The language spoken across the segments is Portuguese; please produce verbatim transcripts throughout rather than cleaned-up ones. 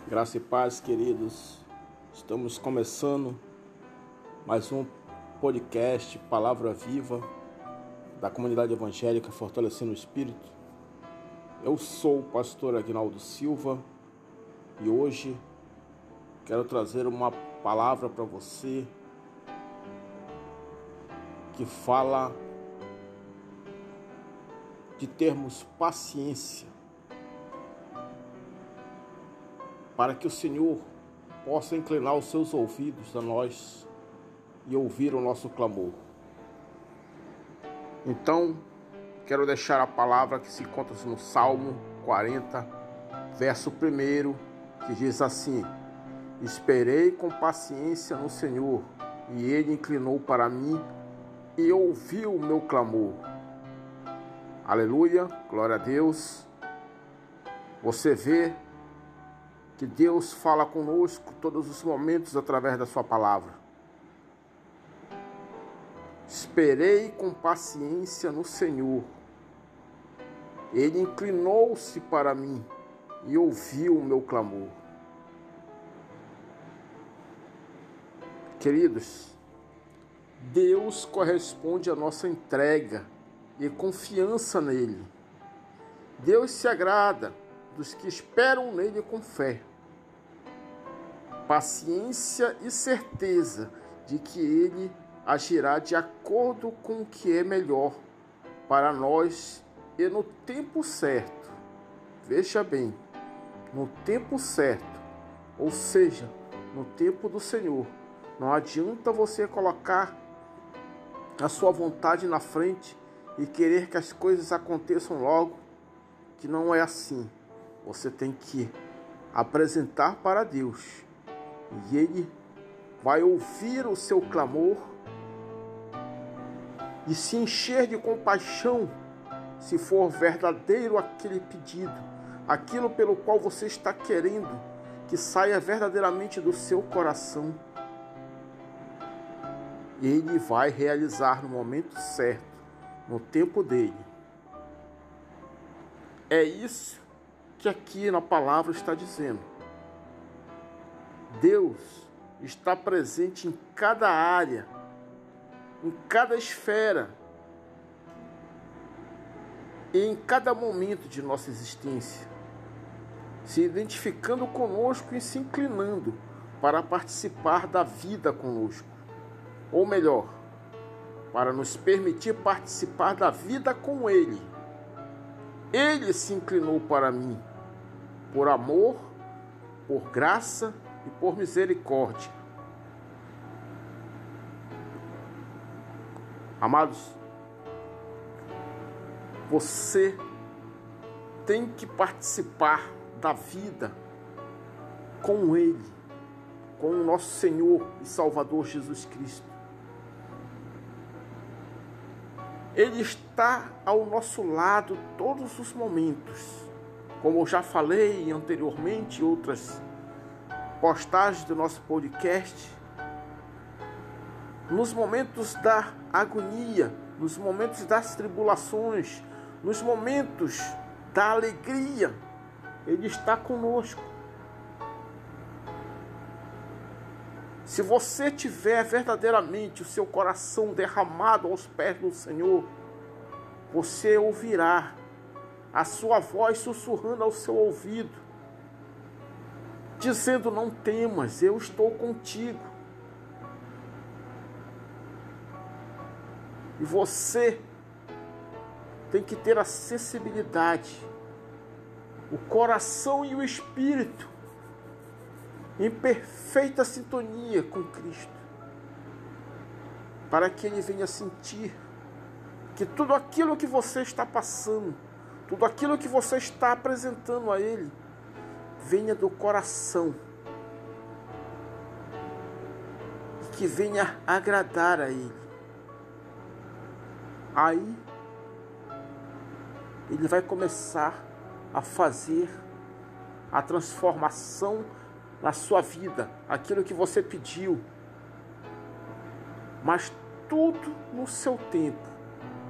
Graça e paz, queridos. Estamos começando mais um podcast Palavra Viva da comunidade evangélica Fortalecendo o Espírito. Eu sou o pastor Aguinaldo Silva e hoje quero trazer uma palavra para você que fala de termos paciência para que o Senhor possa inclinar os seus ouvidos a nós e ouvir o nosso clamor. Então, quero deixar a palavra que se encontra no Salmo quarenta, verso primeiro, que diz assim: Esperei com paciência no Senhor, e Ele inclinou para mim e ouviu o meu clamor. Aleluia, glória a Deus. Você vê que Deus fala conosco todos os momentos através da sua palavra. Esperei com paciência no Senhor. Ele inclinou-se para mim e ouviu o meu clamor. Queridos, Deus corresponde à nossa entrega e confiança nele. Deus se agrada dos que esperam nele com fé, paciência e certeza de que ele agirá de acordo com o que é melhor para nós e no tempo certo. Veja bem, no tempo certo, ou seja, no tempo do Senhor. Não adianta você colocar a sua vontade na frente e querer que as coisas aconteçam logo, que não é assim. Você tem que apresentar para Deus e Ele vai ouvir o seu clamor e se encher de compaixão se for verdadeiro aquele pedido, aquilo pelo qual você está querendo que saia verdadeiramente do seu coração. Ele vai realizar no momento certo, no tempo dele. É isso que aqui na palavra está dizendo. Deus está presente em cada área, em cada esfera e em cada momento de nossa existência, se identificando conosco e se inclinando para participar da vida conosco, ou melhor, para nos permitir participar da vida com Ele. Ele se inclinou para mim, por amor, por graça e por misericórdia. Amados, você tem que participar da vida com Ele, com o nosso Senhor e Salvador Jesus Cristo. Ele está ao nosso lado todos os momentos. Como eu já falei anteriormente em outras postagens do nosso podcast, nos momentos da agonia, nos momentos das tribulações, nos momentos da alegria, Ele está conosco. Se você tiver verdadeiramente o seu coração derramado aos pés do Senhor, você ouvirá a sua voz sussurrando ao seu ouvido, dizendo: não temas, eu estou contigo. E você tem que ter a sensibilidade, o coração e o espírito em perfeita sintonia com Cristo, para que Ele venha sentir que tudo aquilo que você está passando, tudo aquilo que você está apresentando a Ele, venha do coração e que venha agradar a Ele. Aí Ele vai começar a fazer a transformação na sua vida, aquilo que você pediu, mas tudo no seu tempo.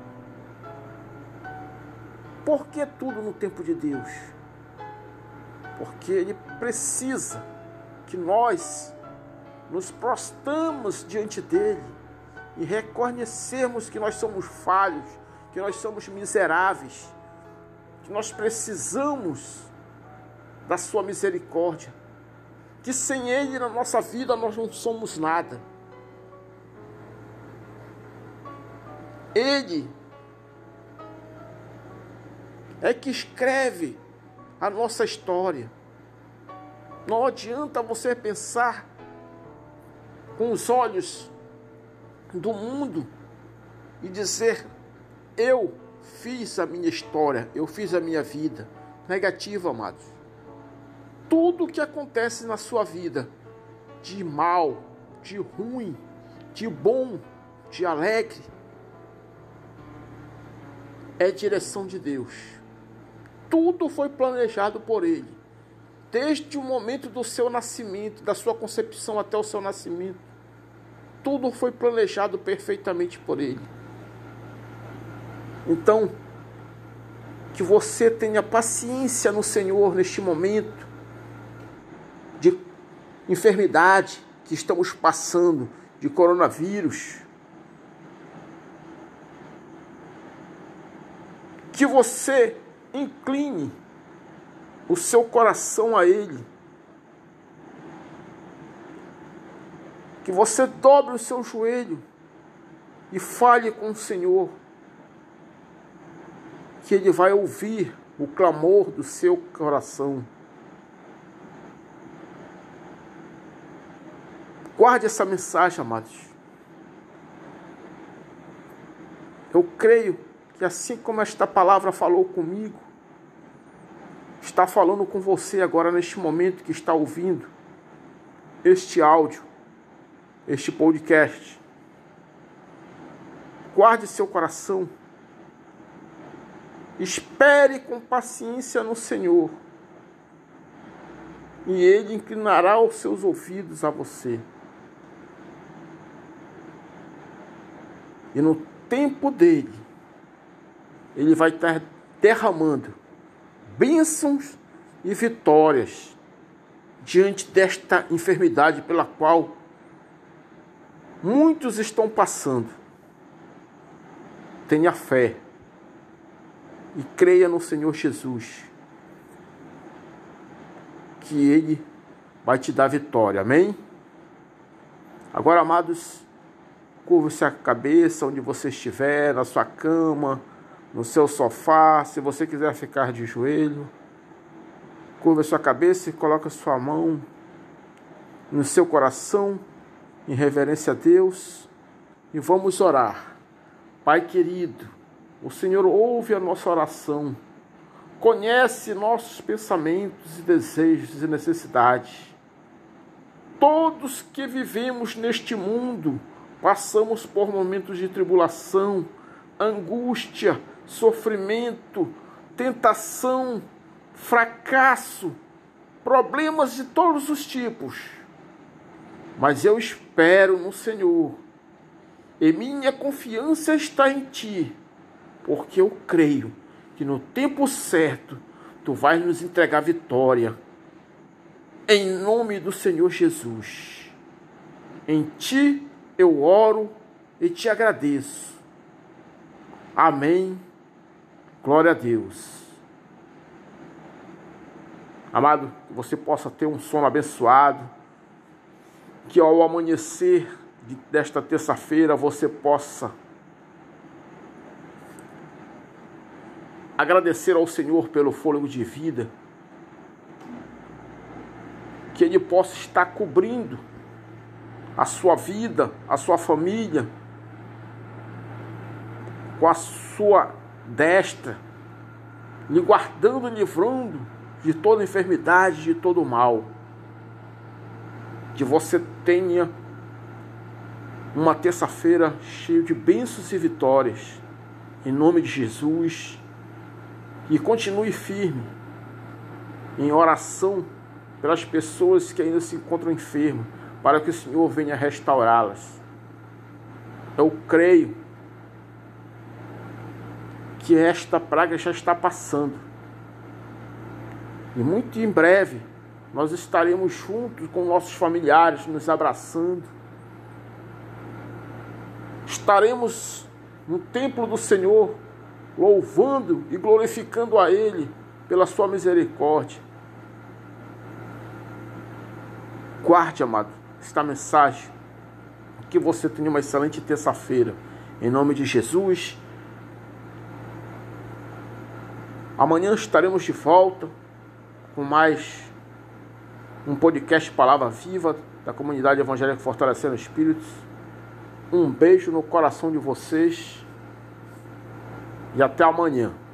Por que tudo no tempo de Deus? porque Ele precisa que nós nos prostramos diante dEle e reconhecermos que nós somos falhos, que nós somos miseráveis, que nós precisamos da sua misericórdia, que sem Ele na nossa vida nós não somos nada. Ele é que escreve a nossa história. Não adianta você pensar com os olhos do mundo e dizer: eu fiz a minha história, eu fiz a minha vida. Negativo, amados. Tudo que acontece na sua vida, de mal, de ruim, de bom, de alegre, é direção de Deus. Tudo foi planejado por Ele. Desde o momento do seu nascimento, da sua concepção até o seu nascimento, tudo foi planejado perfeitamente por Ele. Então, que você tenha paciência no Senhor neste momento de enfermidade que estamos passando, de coronavírus. Que você incline o seu coração a Ele. Que você dobre o seu joelho e fale com o Senhor. Que Ele vai ouvir o clamor do seu coração. Guarde essa mensagem, amados. Eu creio que assim como esta palavra falou comigo, está falando com você agora neste momento que está ouvindo este áudio, este podcast. Guarde seu coração. Espere com paciência no Senhor. E Ele inclinará os seus ouvidos a você. E no tempo dele, Ele vai estar derramando bênçãos e vitórias diante desta enfermidade pela qual muitos estão passando. Tenha fé e creia no Senhor Jesus, que Ele vai te dar vitória. Amém? Agora, amados, curva-se a cabeça onde você estiver, na sua cama, no seu sofá. Se você quiser ficar de joelho, curva a sua cabeça e coloque a sua mão no seu coração, em reverência a Deus, e vamos orar. Pai querido, o Senhor ouve a nossa oração, conhece nossos pensamentos e desejos e necessidades. Todos que vivemos neste mundo passamos por momentos de tribulação, angústia, sofrimento, tentação, fracasso, problemas de todos os tipos. Mas eu espero no Senhor, e minha confiança está em Ti, porque eu creio que no tempo certo Tu vais nos entregar vitória. Em nome do Senhor Jesus. Em Ti eu oro e Te agradeço. Amém. Glória a Deus. Amado, que você possa ter um sono abençoado. Que ao amanhecer desta terça-feira você possa agradecer ao Senhor pelo fôlego de vida. Que Ele possa estar cobrindo a sua vida, a sua família, com a sua destra, lhe guardando e livrando de toda enfermidade, de todo mal. Que você tenha uma terça-feira cheia de bênçãos e vitórias, em nome de Jesus. E continue firme em oração pelas pessoas que ainda se encontram enfermas, para que o Senhor venha restaurá-las. Eu creio que esta praga já está passando. E muito em breve nós estaremos juntos com nossos familiares, nos abraçando. Estaremos no templo do Senhor, louvando e glorificando a Ele pela sua misericórdia. Guarde, amado, esta mensagem. Que você tenha uma excelente terça-feira. Em nome de Jesus. Amanhã estaremos de volta com mais um podcast Palavra Viva da Comunidade Evangélica Fortalecendo Espíritos. Um beijo no coração de vocês e até amanhã.